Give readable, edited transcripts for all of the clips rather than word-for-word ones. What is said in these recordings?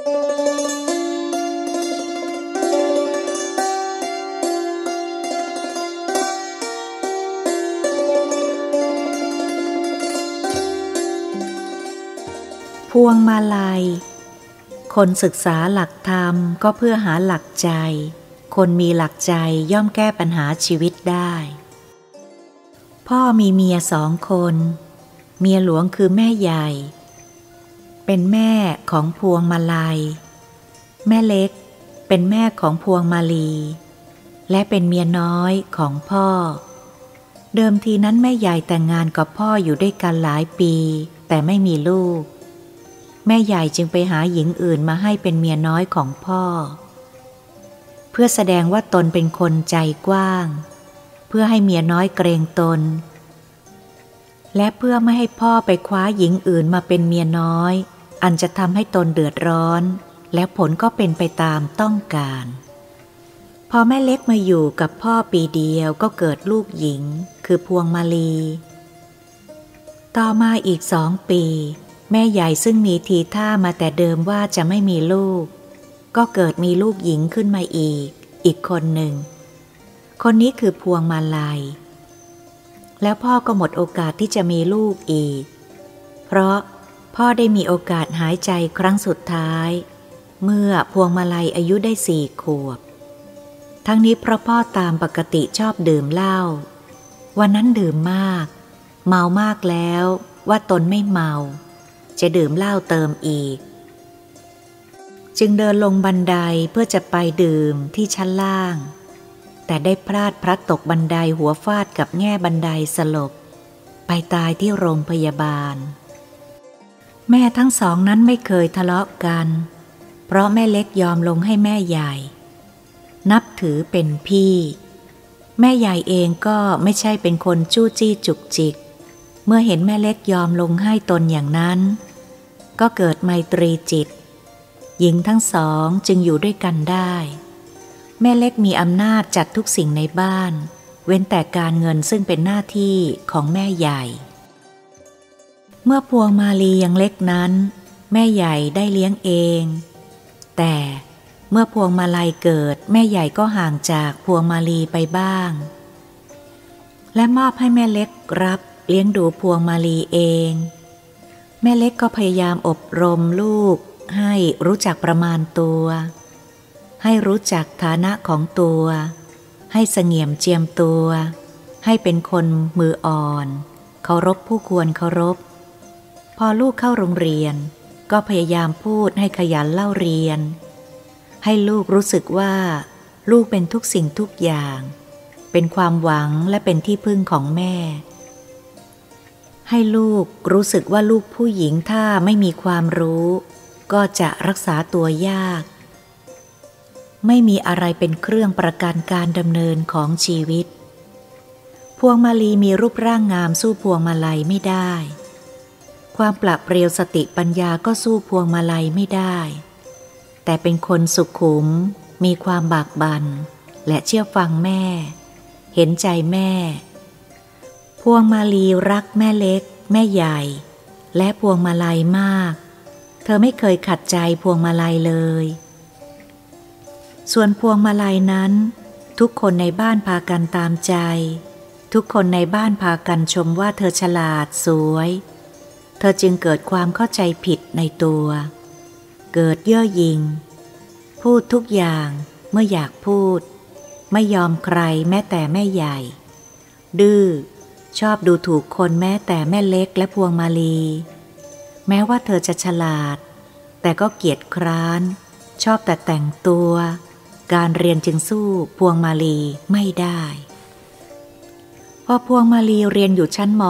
พวงมาลัยคนศึกษาหลักธรรมก็เพื่อหาหลักใจคนมีหลักใจย่อมแก้ปัญหาชีวิตได้พ่อมีเมีย2 คนเมียหลวงคือแม่ใหญ่เป็นแม่ของพวงมาลัยแม่เล็กเป็นแม่ของพวงมาลีและเป็นเมียน้อยของพ่อเดิมทีนั้นแม่ใหญ่แต่งงานกับพ่ออยู่ด้วยกันหลายปีแต่ไม่มีลูกแม่ใหญ่จึงไปหาหญิงอื่นมาให้เป็นเมียน้อยของพ่อเพื่อแสดงว่าตนเป็นคนใจกว้างเพื่อให้เมียน้อยเกรงตนและเพื่อไม่ให้พ่อไปคว้าหญิงอื่นมาเป็นเมียน้อยอันจะทำให้ตนเดือดร้อนและผลก็เป็นไปตามต้องการพอแม่เล็กมาอยู่กับพ่อปีเดียวก็เกิดลูกหญิงคือพวงมาลีต่อมาอีก2 ปีแม่ใหญ่ซึ่งมีทีท่ามาแต่เดิมว่าจะไม่มีลูกก็เกิดมีลูกหญิงขึ้นมาอีกคนหนึ่งคนนี้คือพวงมาลัยแล้วพ่อก็หมดโอกาสที่จะมีลูกอีกเพราะพ่อได้มีโอกาสหายใจครั้งสุดท้ายเมื่อพวงมาลัยอายุได้4 ขวบทั้งนี้เพราะพ่อตามปกติชอบดื่มเหล้าวันนั้นดื่มมากเมามากแล้วว่าตนไม่เมาจะดื่มเหล้าเติมอีกจึงเดินลงบันไดเพื่อจะไปดื่มที่ชั้นล่างแต่ได้พลัดตกบันไดหัวฟาดกับแง่บันไดสลบไปตายที่โรงพยาบาลแม่ทั้งสองนั้นไม่เคยทะเลาะกันเพราะแม่เล็กยอมลงให้แม่ใหญ่นับถือเป็นพี่แม่ใหญ่เองก็ไม่ใช่เป็นคนจู้จี้จุกจิกเมื่อเห็นแม่เล็กยอมลงให้ตนอย่างนั้นก็เกิดไมตรีจิตหญิงทั้งสองจึงอยู่ด้วยกันได้แม่เล็กมีอำนาจจัดทุกสิ่งในบ้านเว้นแต่การเงินซึ่งเป็นหน้าที่ของแม่ใหญ่เมื่อพวงมาลียังเล็กนั้นแม่ใหญ่ได้เลี้ยงเองแต่เมื่อพวงมาลัยเกิดแม่ใหญ่ก็ห่างจากพวงมาลีไปบ้างและมอบให้แม่เล็กรับเลี้ยงดูพวงมาลีเองแม่เล็กก็พยายามอบรมลูกให้รู้จักประมาณตัวให้รู้จักฐานะของตัวให้เสงี่ยมเจียมตัวให้เป็นคนมืออ่อนเคารพผู้ควรเคารพพอลูกเข้าโรงเรียนก็พยายามพูดให้ขยันเล่าเรียนให้ลูกรู้สึกว่าลูกเป็นทุกสิ่งทุกอย่างเป็นความหวังและเป็นที่พึ่งของแม่ให้ลูกรู้สึกว่าลูกผู้หญิงถ้าไม่มีความรู้ก็จะรักษาตัวยากไม่มีอะไรเป็นเครื่องประกันการดำเนินของชีวิตพวงมาลีมีรูปร่างงามสู้พวงมาลัยไม่ได้ความปราดเปรียวสติปัญญาก็สู้พวงมาลัยไม่ได้แต่เป็นคนสุขุมมีความบากบั่นและเชื่อฟังแม่เห็นใจแม่พวงมาลีรักแม่เล็กแม่ใหญ่และพวงมาลัยมากเธอไม่เคยขัดใจพวงมาลัยเลยส่วนพวงมาลัยนั้นทุกคนในบ้านพากันตามใจทุกคนในบ้านพากันชมว่าเธอฉลาดสวยเธอจึงเกิดความเข้าใจผิดในตัวเกิดเย่อหยิ่งพูดทุกอย่างเมื่ออยากพูดไม่ยอมใครแม้แต่แม่ใหญ่ดื้อชอบดูถูกคนแม้แต่แม่เล็กและพวงมาลีแม้ว่าเธอจะฉลาดแต่ก็เกียจคร้านชอบแต่แต่งตัวการเรียนจึงสู้พวงมาลีไม่ได้พอพวงมาลีเรียนอยู่ชั้นม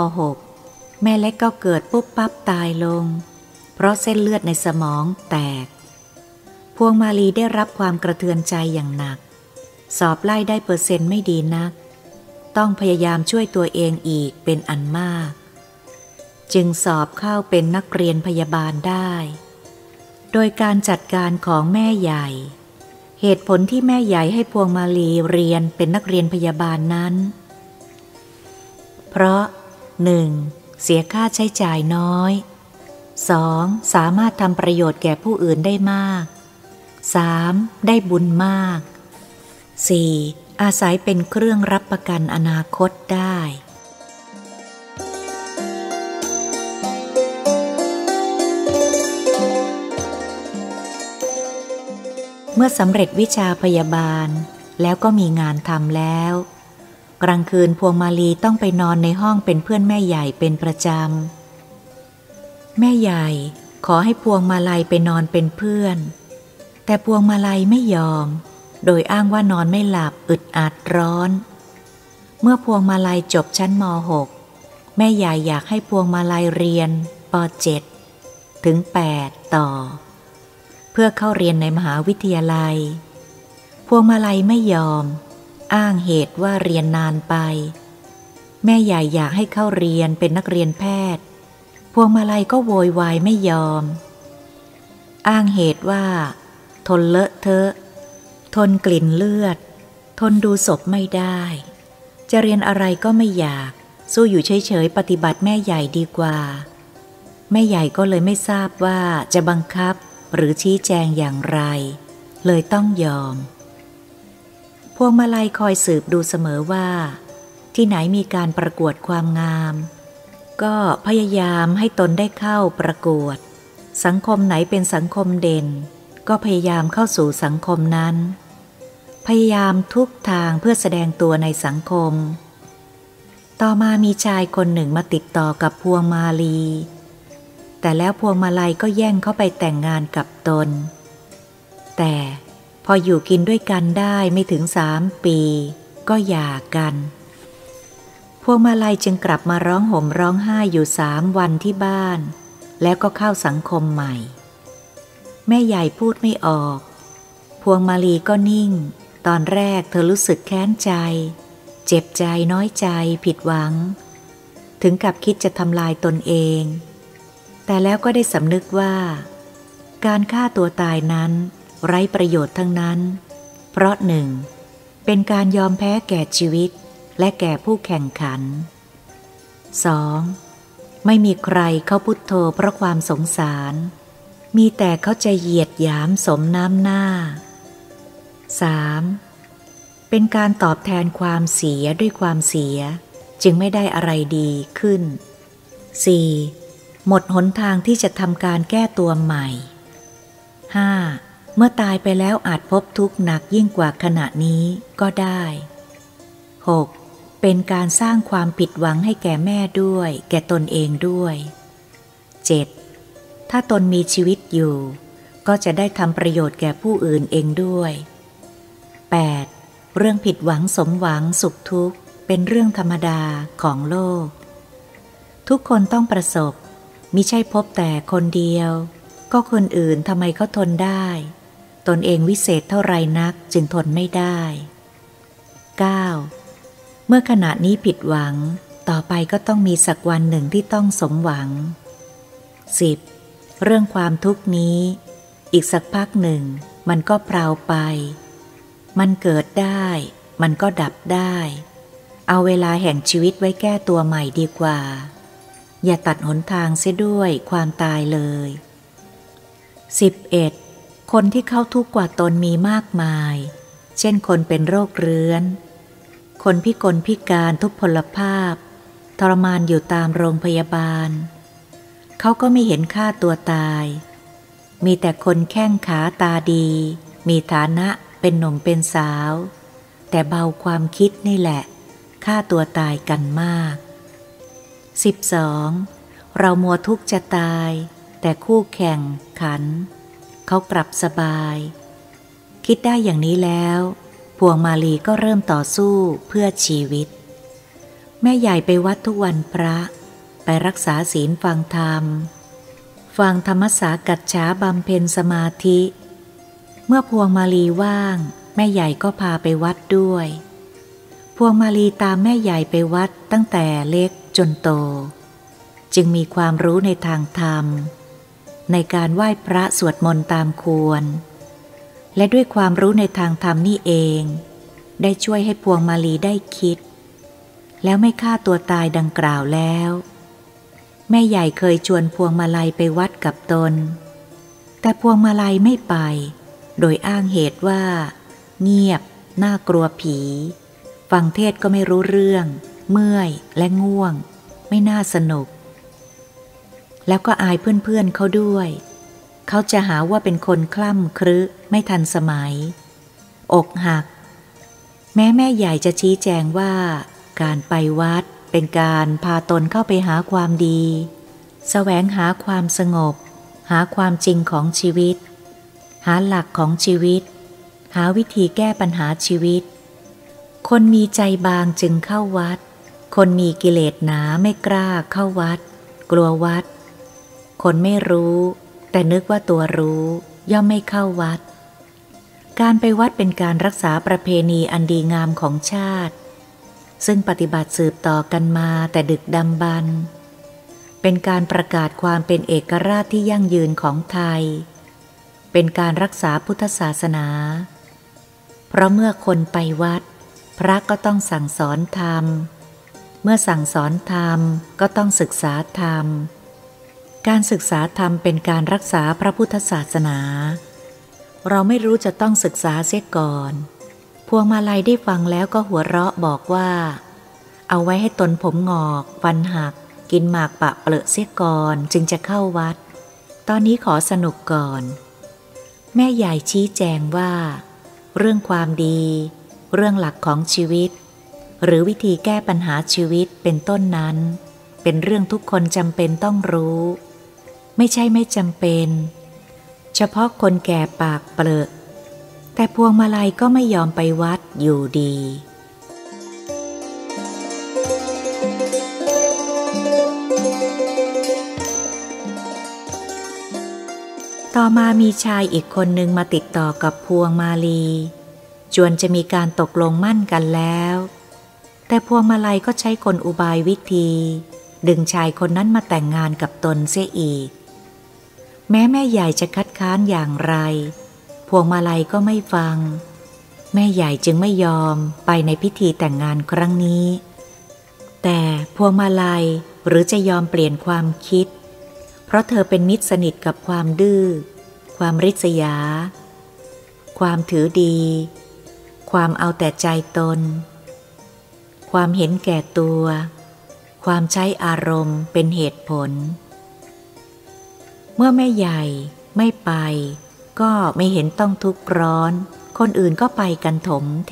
.6 แม่เล็กก็เกิดปุ๊บปั๊บตายลงเพราะเส้นเลือดในสมองแตกพวงมาลีได้รับความกระเทือนใจอย่างหนักสอบไล่ได้เปอร์เซ็นต์ไม่ดีนักต้องพยายามช่วยตัวเองอีกเป็นอันมากจึงสอบเข้าเป็นนักเรียนพยาบาลได้โดยการจัดการของแม่ใหญ่เหตุผลที่แม่ใหญ่ให้พวงมาลีเรียนเป็นนักเรียนพยาบาลนั้นเพราะ 1. เสียค่าใช้จ่ายน้อย 2. สามารถทำประโยชน์แก่ผู้อื่นได้มาก 3. ได้บุญมาก 4. อาศัยเป็นเครื่องรับประกันอนาคตได้เมื่อสำเร็จวิชาพยาบาลแล้วก็มีงานทำแล้วกลางคืนพวงมาลีต้องไปนอนในห้องเป็นเพื่อนแม่ใหญ่เป็นประจำแม่ใหญ่ขอให้พวงมาลัยไปนอนเป็นเพื่อนแต่พวงมาลัยไม่ยอมโดยอ้างว่านอนไม่หลับอึดอัดร้อนเมื่อพวงมาลัยจบชั้นม.6 แม่ใหญ่อยากให้พวงมาลัยเรียนป.7 ถึง 8 ต่อเพื่อเข้าเรียนในมหาวิทยาลัยพวงมาลัยไม่ยอมอ้างเหตุว่าเรียนนานไปแม่ใหญ่อยากให้เข้าเรียนเป็นนักเรียนแพทย์พวงมาลัยก็โวยวายไม่ยอมอ้างเหตุว่าทนเลอะเทอะทนกลิ่นเลือดทนดูศพไม่ได้จะเรียนอะไรก็ไม่อยากสู้อยู่เฉยๆปฏิบัติแม่ใหญ่ดีกว่าแม่ใหญ่ก็เลยไม่ทราบว่าจะบังคับหรือชี้แจงอย่างไรเลยต้องยอมพวงมาลัยคอยสืบดูเสมอว่าที่ไหนมีการประกวดความงามก็พยายามให้ตนได้เข้าประกวดสังคมไหนเป็นสังคมเด่นก็พยายามเข้าสู่สังคมนั้นพยายามทุกทางเพื่อแสดงตัวในสังคมต่อมามีชายคนหนึ่งมาติดต่อกับพวงมาลีแต่แล้วพวงมาลัยก็แย่งเข้าไปแต่งงานกับตนแต่พออยู่กินด้วยกันได้ไม่ถึง3 ปีก็หย่ากันพวงมาลัยจึงกลับมาร้องห่มร้องไห้อยู่3 วันที่บ้านแล้วก็เข้าสังคมใหม่แม่ใหญ่พูดไม่ออกพวงมาลีก็นิ่งตอนแรกเธอรู้สึกแค้นใจเจ็บใจน้อยใจผิดหวังถึงกับคิดจะทำลายตนเองแต่แล้วก็ได้สำนึกว่าการฆ่าตัวตายนั้นไร้ประโยชน์ทั้งนั้นเพราะ1. เป็นการยอมแพ้แก่ชีวิตและแก่ผู้แข่งขัน 2. ไม่มีใครเขาพุทโธเพราะความสงสารมีแต่เขาจะเหยียดหยามสมน้ำหน้า 3. เป็นการตอบแทนความเสียด้วยความเสียจึงไม่ได้อะไรดีขึ้น 4. หมดหนทางที่จะทำการแก้ตัวใหม่ 5. เมื่อตายไปแล้วอาจพบทุกข์หนักยิ่งกว่าขณะนี้ก็ได้ 6. เป็นการสร้างความผิดหวังให้แก่แม่ด้วยแก่ตนเองด้วย 7. ถ้าตนมีชีวิตอยู่ก็จะได้ทำประโยชน์แก่ผู้อื่นเองด้วย 8. เรื่องผิดหวังสมหวังสุขทุกข์เป็นเรื่องธรรมดาของโลกทุกคนต้องประสบมิใช่พบแต่คนเดียวก็คนอื่นทำไมเขาทนได้ตนเองวิเศษเท่าไรนักจึงทนไม่ได้ 9. เมื่อขณะนี้ผิดหวังต่อไปก็ต้องมีสักวันหนึ่งที่ต้องสมหวัง 10. เรื่องความทุกข์นี้อีกสักพักหนึ่งมันก็เพลาไปมันเกิดได้มันก็ดับได้เอาเวลาแห่งชีวิตไว้แก้ตัวใหม่ดีกว่าอย่าตัดหนทางเสียด้วยความตายเลย 11. คนที่เข้าทุกข์กว่าตนมีมากมายเช่นคนเป็นโรคเรื้อนคนพิกลพิการทุพพลภาพทรมานอยู่ตามโรงพยาบาลเขาก็ไม่เห็นค่าตัวตายมีแต่คนแข้งขาตาดีมีฐานะเป็นหนุ่มเป็นสาวแต่เบาความคิดนี่แหละฆ่าตัวตายกันมาก 12. เรามัวทุกข์จะตายแต่คู่แข่งขันเขากลับสบายคิดได้อย่างนี้แล้วพวงมาลีก็เริ่มต่อสู้เพื่อชีวิตแม่ใหญ่ไปวัดทุกวันพระไปรักษาศีลฟังธรรมฟังธรรมสากัจฉาบำเพ็ญสมาธิเมื่อพวงมาลีว่างแม่ใหญ่ก็พาไปวัดด้วยพวงมาลีตามแม่ใหญ่ไปวัดตั้งแต่เล็กจนโตจึงมีความรู้ในทางธรรมในการไหว้พระสวดมนต์ตามควรและด้วยความรู้ในทางธรรมนี่เองได้ช่วยให้พวงมาลีได้คิดแล้วไม่ฆ่าตัวตายดังกล่าวแล้วแม่ใหญ่เคยชวนพวงมาลัยไปวัดกับตนแต่พวงมาลัยไม่ไปโดยอ้างเหตุว่าเงียบน่ากลัวผีฟังเทศก็ไม่รู้เรื่องเมื่อยและง่วงไม่น่าสนุกแล้วก็อายเพื่อนๆเขาด้วยเขาจะหาว่าเป็นคนคล่ำครึไม่ทันสมัยอกหักแม่ใหญ่จะชี้แจงว่าการไปวัดเป็นการพาตนเข้าไปหาความดีแสวงหาความสงบหาความจริงของชีวิตหาหลักของชีวิตหาวิธีแก้ปัญหาชีวิตคนมีใจบางจึงเข้าวัดคนมีกิเลสหนาไม่กล้าเข้าวัดกลัววัดคนไม่รู้แต่นึกว่าตัวรู้ย่อมไม่เข้าวัดการไปวัดเป็นการรักษาประเพณีอันดีงามของชาติซึ่งปฏิบัติสืบต่อกันมาแต่ดึกดำบรรพ์เป็นการประกาศความเป็นเอกราชที่ยั่งยืนของไทยเป็นการรักษาพุทธศาสนาเพราะเมื่อคนไปวัดพระก็ต้องสั่งสอนธรรมเมื่อสั่งสอนธรรมก็ต้องศึกษาธรรมการศึกษาธรรมเป็นการรักษาพระพุทธศาสนาเราไม่รู้จะต้องศึกษาเสียก่อนพวงมาลัยได้ฟังแล้วก็หัวเราะบอกว่าเอาไว้ให้ตนผมงอกฟันหักกินหมากปะเปลือกเสียก่อนจึงจะเข้าวัดตอนนี้ขอสนุกก่อนแม่ใหญ่ชี้แจงว่าเรื่องความดีเรื่องหลักของชีวิตหรือวิธีแก้ปัญหาชีวิตเป็นต้นนั้นเป็นเรื่องทุกคนจำเป็นต้องรู้ไม่ใช่ไม่จำเป็นเฉพาะคนแก่ปากเปลือกแต่พวงมาลัยก็ไม่ยอมไปวัดอยู่ดีต่อมามีชายอีกคนนึงมาติดต่อกับพวงมาลีจวนจะมีการตกลงมั่นกันแล้วแต่พวงมาลัยก็ใช้กลอุบายวิธีดึงชายคนนั้นมาแต่งงานกับตนเสียอีกแม้แม่ใหญ่จะคัดค้านอย่างไรพวงมาลัยก็ไม่ฟังแม่ใหญ่จึงไม่ยอมไปในพิธีแต่งงานครั้งนี้แต่พวงมาลัยหรือจะยอมเปลี่ยนความคิดเพราะเธอเป็นมิตรสนิทกับความดื้อความริษยาความถือดีความเอาแต่ใจตนความเห็นแก่ตัวความใช้อารมณ์เป็นเหตุผลเมื่อแม่ใหญ่ไม่ไปก็ไม่เห็นต้องทุกข์ร้อนคนอื่นก็ไปกันถมเถ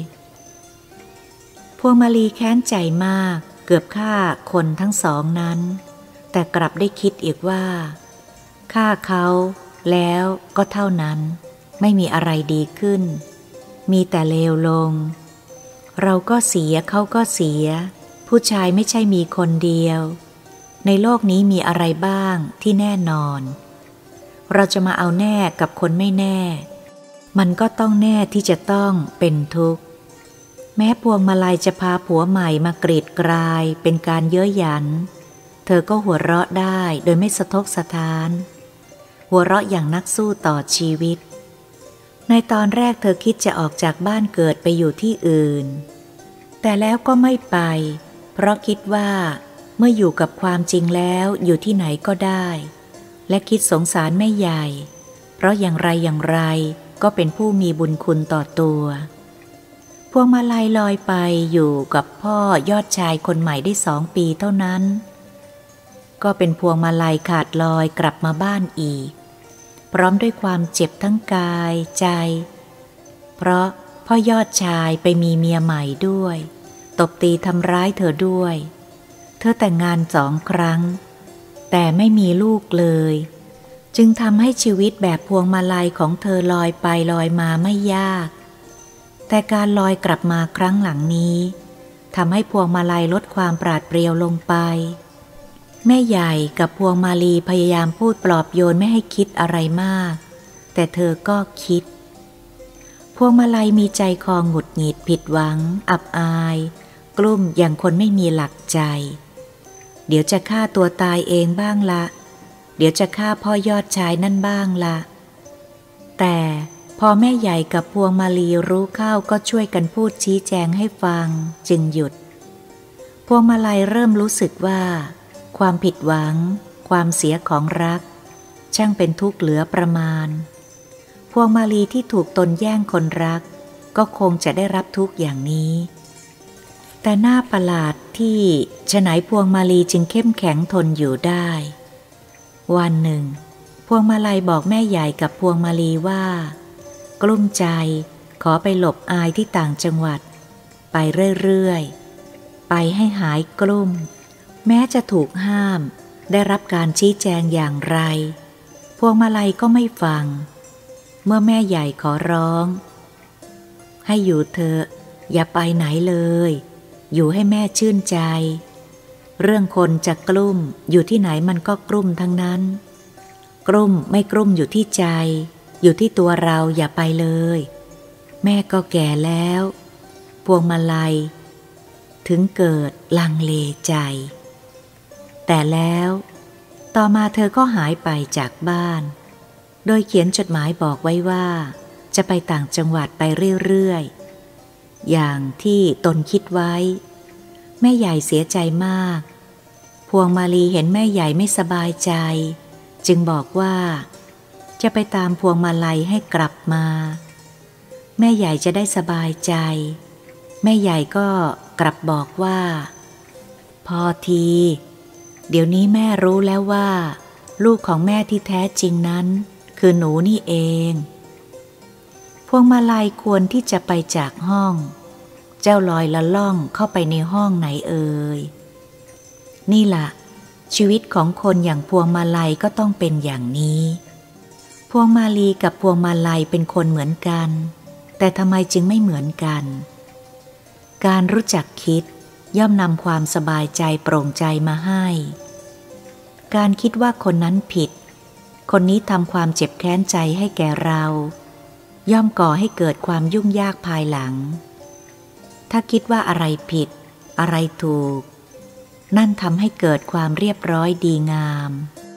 พวงมาลีแค้นใจมากเกือบฆ่าคนทั้งสองนั้นแต่กลับได้คิดอีกว่าฆ่าเขาแล้วก็เท่านั้นไม่มีอะไรดีขึ้นมีแต่เลวลงเราก็เสียเขาก็เสียผู้ชายไม่ใช่มีคนเดียวในโลกนี้มีอะไรบ้างที่แน่นอนเราจะมาเอาแน่กับคนไม่แน่มันก็ต้องแน่ที่จะต้องเป็นทุกข์แม้พวงมาลัยจะพาผัวใหม่มากรีดกรายเป็นการเย้ยหยันเธอก็หัวเราะได้โดยไม่สะทกสะท้านหัวเราะอย่างนักสู้ต่อชีวิตในตอนแรกเธอคิดจะออกจากบ้านเกิดไปอยู่ที่อื่นแต่แล้วก็ไม่ไปเพราะคิดว่าเมื่ออยู่กับความจริงแล้วอยู่ที่ไหนก็ได้และคิดสงสารแม่ใหญ่เพราะอย่างไรก็เป็นผู้มีบุญคุณต่อตัวพวงมาลัยลอยไปอยู่กับพ่อยอดชายคนใหม่ได้2 ปีเท่านั้นก็เป็นพวงมาลัยขาดลอยกลับมาบ้านอีกพร้อมด้วยความเจ็บทั้งกายใจเพราะพ่อยอดชายไปมีเมียใหม่ด้วยตบตีทำร้ายเธอด้วยเธอแต่งงาน2 ครั้งแต่ไม่มีลูกเลยจึงทำให้ชีวิตแบบพวงมาลัยของเธอลอยไปลอยมาไม่ยากแต่การลอยกลับมาครั้งหลังนี้ทำให้พวงมาลัยลดความปราดเปรียวลงไปแม่ใหญ่กับพวงมาลีพยายามพูดปลอบโยนไม่ให้คิดอะไรมากแต่เธอก็คิดพวงมาลัยมีใจคอหงุดหงิดผิดหวังอับอายกลุ้มอย่างคนไม่มีหลักใจเดี๋ยวจะฆ่าตัวตายเองบ้างละเดี๋ยวจะฆ่าพ่อยอดชายนั่นบ้างละแต่พอแม่ใหญ่กับพวงมาลีรู้เข้าก็ช่วยกันพูดชี้แจงให้ฟังจึงหยุดพวงมาลัยเริ่มรู้สึกว่าคความผิดหวังความเสียของรักช่างเป็นทุกข์เหลือประมาณพวงมาลีที่ถูกตนแย่งคนรักก็คงจะได้รับทุกข์อย่างนี้แต่น่าประหลาดที่ฉไนพวงมาลีจึงเข้มแข็งทนอยู่ได้วันหนึ่งพวงมาลัยบอกแม่ใหญ่กับพวงมาลีว่ากลุ้มใจขอไปหลบอายที่ต่างจังหวัดไปเรื่อยๆไปให้หายกลุ้มแม้จะถูกห้ามได้รับการชี้แจงอย่างไรพวงมาลัยก็ไม่ฟังเมื่อแม่ใหญ่ขอร้องให้อยู่เถอะอย่าไปไหนเลยอยู่ให้แม่ชื่นใจเรื่องคนจะกลุ้มอยู่ที่ไหนมันก็กลุ้มทั้งนั้นกลุ้มไม่กลุ้มอยู่ที่ใจอยู่ที่ตัวเราอย่าไปเลยแม่ก็แก่แล้วพวงมาลัยถึงเกิดลังเลใจแต่แล้วต่อมาเธอก็หายไปจากบ้านโดยเขียนจดหมายบอกไว้ว่าจะไปต่างจังหวัดไปเรื่อยๆอย่างที่ตนคิดไว้แม่ใหญ่เสียใจมากพวงมาลีเห็นแม่ใหญ่ไม่สบายใจจึงบอกว่าจะไปตามพวงมาลัยให้กลับมาแม่ใหญ่จะได้สบายใจแม่ใหญ่ก็กลับบอกว่าพอทีเดี๋ยวนี้แม่รู้แล้วว่าลูกของแม่ที่แท้จริงนั้นคือหนูนี่เองพวงมาลัยควรที่จะไปจากห้องเจ้าลอยละล่องเข้าไปในห้องไหนเอ่ยนี่ล่ะชีวิตของคนอย่างพวงมาลัยก็ต้องเป็นอย่างนี้พวงมาลีกับพวงมาลัยเป็นคนเหมือนกันแต่ทำไมจึงไม่เหมือนกันการรู้จักคิดย่อมนำความสบายใจโปร่งใจมาให้การคิดว่าคนนั้นผิดคนนี้ทำความเจ็บแค้นใจให้แก่เราย่อมก่อให้เกิดความยุ่งยากภายหลังถ้าคิดว่าอะไรผิดอะไรถูกนั่นทำให้เกิดความเรียบร้อยดีงาม